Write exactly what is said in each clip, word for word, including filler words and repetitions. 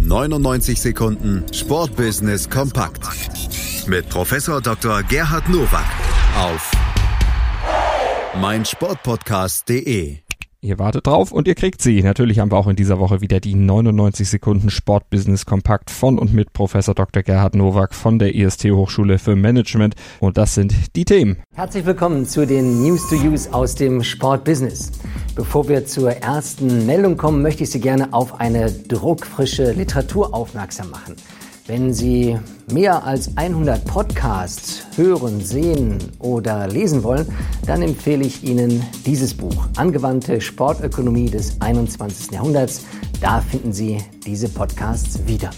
neunundneunzig Sekunden Sportbusiness kompakt mit Professor Doktor Gerhard Nowak auf meinsportpodcast punkt de. Ihr wartet drauf und ihr kriegt sie. Natürlich haben wir auch in dieser Woche wieder die neunundneunzig Sekunden Sportbusiness kompakt von und mit Professor Doktor Gerhard Nowak von der I S T Hochschule für Management. Und das sind die Themen. Herzlich willkommen zu den News to Use aus dem Sportbusiness. Bevor wir zur ersten Meldung kommen, möchte ich Sie gerne auf eine druckfrische Literatur aufmerksam machen. Wenn Sie mehr als hundert Podcasts hören, sehen oder lesen wollen, dann empfehle ich Ihnen dieses Buch, Angewandte Sportökonomie des einundzwanzigsten Jahrhunderts. Da finden Sie diese Podcasts wieder.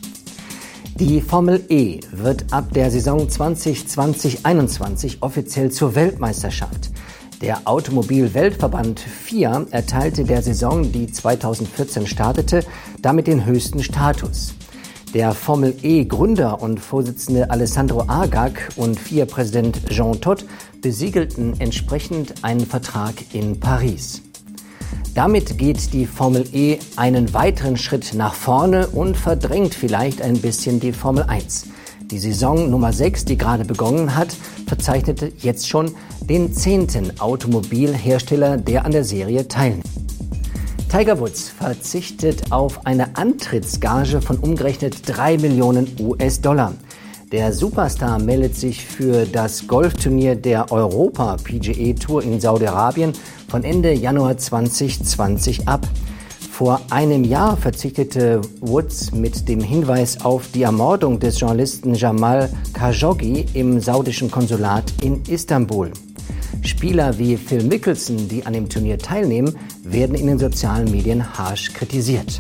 Die Formel E wird ab der Saison zwanzig zwanzig einundzwanzig offiziell zur Weltmeisterschaft. Der Automobil-Weltverband F I A erteilte der Saison, die zweitausendvierzehn startete, damit den höchsten Status. Der Formel E-Gründer und Vorsitzende Alessandro Agag und F I A-Präsident Jean Todt besiegelten entsprechend einen Vertrag in Paris. Damit geht die Formel E einen weiteren Schritt nach vorne und verdrängt vielleicht ein bisschen die Formel eins. Die Saison Nummer sechs, die gerade begonnen hat, verzeichnete jetzt schon den zehnten Automobilhersteller, der an der Serie teilnimmt. Tiger Woods verzichtet auf eine Antrittsgage von umgerechnet drei Millionen US-Dollar. Der Superstar meldet sich für das Golfturnier der Europa P G A Tour in Saudi-Arabien von Ende Januar zwanzig zwanzig ab. Vor einem Jahr verzichtete Woods mit dem Hinweis auf die Ermordung des Journalisten Jamal Khashoggi im saudischen Konsulat in Istanbul. Spieler wie Phil Mickelson, die an dem Turnier teilnehmen, werden in den sozialen Medien harsch kritisiert.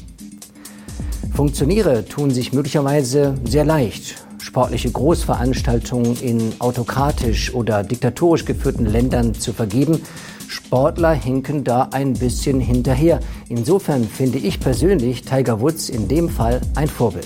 Funktionäre tun sich möglicherweise sehr leicht, sportliche Großveranstaltungen in autokratisch oder diktatorisch geführten Ländern zu vergeben. Sportler hinken da ein bisschen hinterher. Insofern finde ich persönlich Tiger Woods in dem Fall ein Vorbild.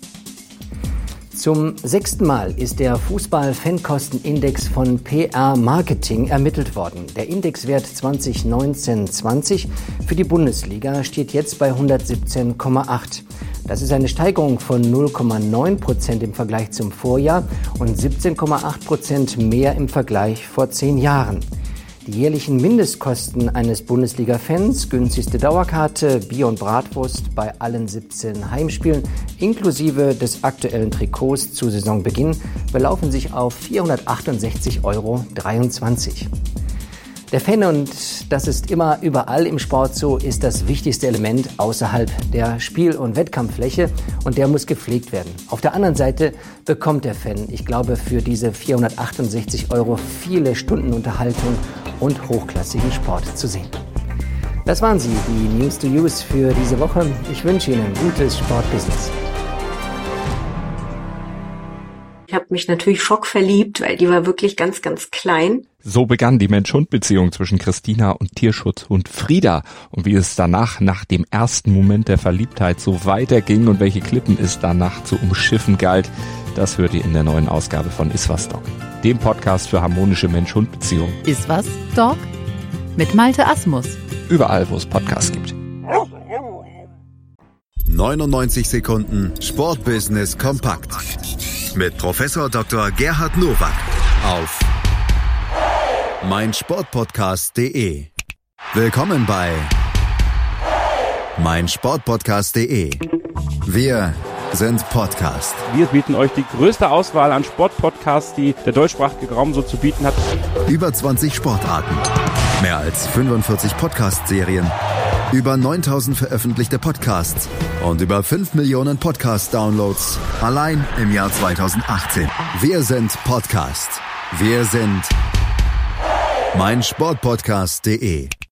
Zum sechsten Mal ist der Fußball-Fankostenindex von P R Marketing ermittelt worden. Der Indexwert zwanzig neunzehn zwanzig für die Bundesliga steht jetzt bei hundertsiebzehn Komma acht. Das ist eine Steigerung von null Komma neun Prozent im Vergleich zum Vorjahr und siebzehn Komma acht Prozent mehr im Vergleich vor zehn Jahren. Die jährlichen Mindestkosten eines Bundesliga-Fans, günstigste Dauerkarte, Bier und Bratwurst bei allen siebzehn Heimspielen inklusive des aktuellen Trikots zu Saisonbeginn belaufen sich auf vierhundertachtundsechzig Euro dreiundzwanzig. Der Fan, und das ist immer überall im Sport so, ist das wichtigste Element außerhalb der Spiel- und Wettkampffläche und der muss gepflegt werden. Auf der anderen Seite bekommt der Fan, ich glaube, für diese vierhundertachtundsechzig Euro viele Stunden Unterhaltung und hochklassigen Sport zu sehen. Das waren sie, die News to Use für diese Woche. Ich wünsche Ihnen gutes Sportbusiness. Ich habe mich natürlich schockverliebt, weil die war wirklich ganz, ganz klein. So begann die Mensch-Hund-Beziehung zwischen Christina und Tierschutzhund Frieda. Und wie es danach, nach dem ersten Moment der Verliebtheit, so weiterging und welche Klippen es danach zu umschiffen galt, das hört ihr in der neuen Ausgabe von Iswas Dog, dem Podcast für harmonische Mensch-Hund-Beziehungen. Iswas Dog mit Malte Asmus. Überall, wo es Podcasts gibt. neunundneunzig Sekunden Sportbusiness kompakt mit Professor Doktor Gerhard Nowak auf meinsportpodcast punkt de. Willkommen bei meinsportpodcast punkt de. Wir sind Podcast. Wir bieten euch die größte Auswahl an Sportpodcasts, die der deutschsprachige Raum so zu bieten hat. Über zwanzig Sportarten, mehr als fünfundvierzig Podcast-Serien, über neuntausend veröffentlichte Podcasts und über fünf Millionen Podcast-Downloads allein im Jahr zweitausendachtzehn. Wir sind Podcast. Wir sind meinsportpodcast punkt de.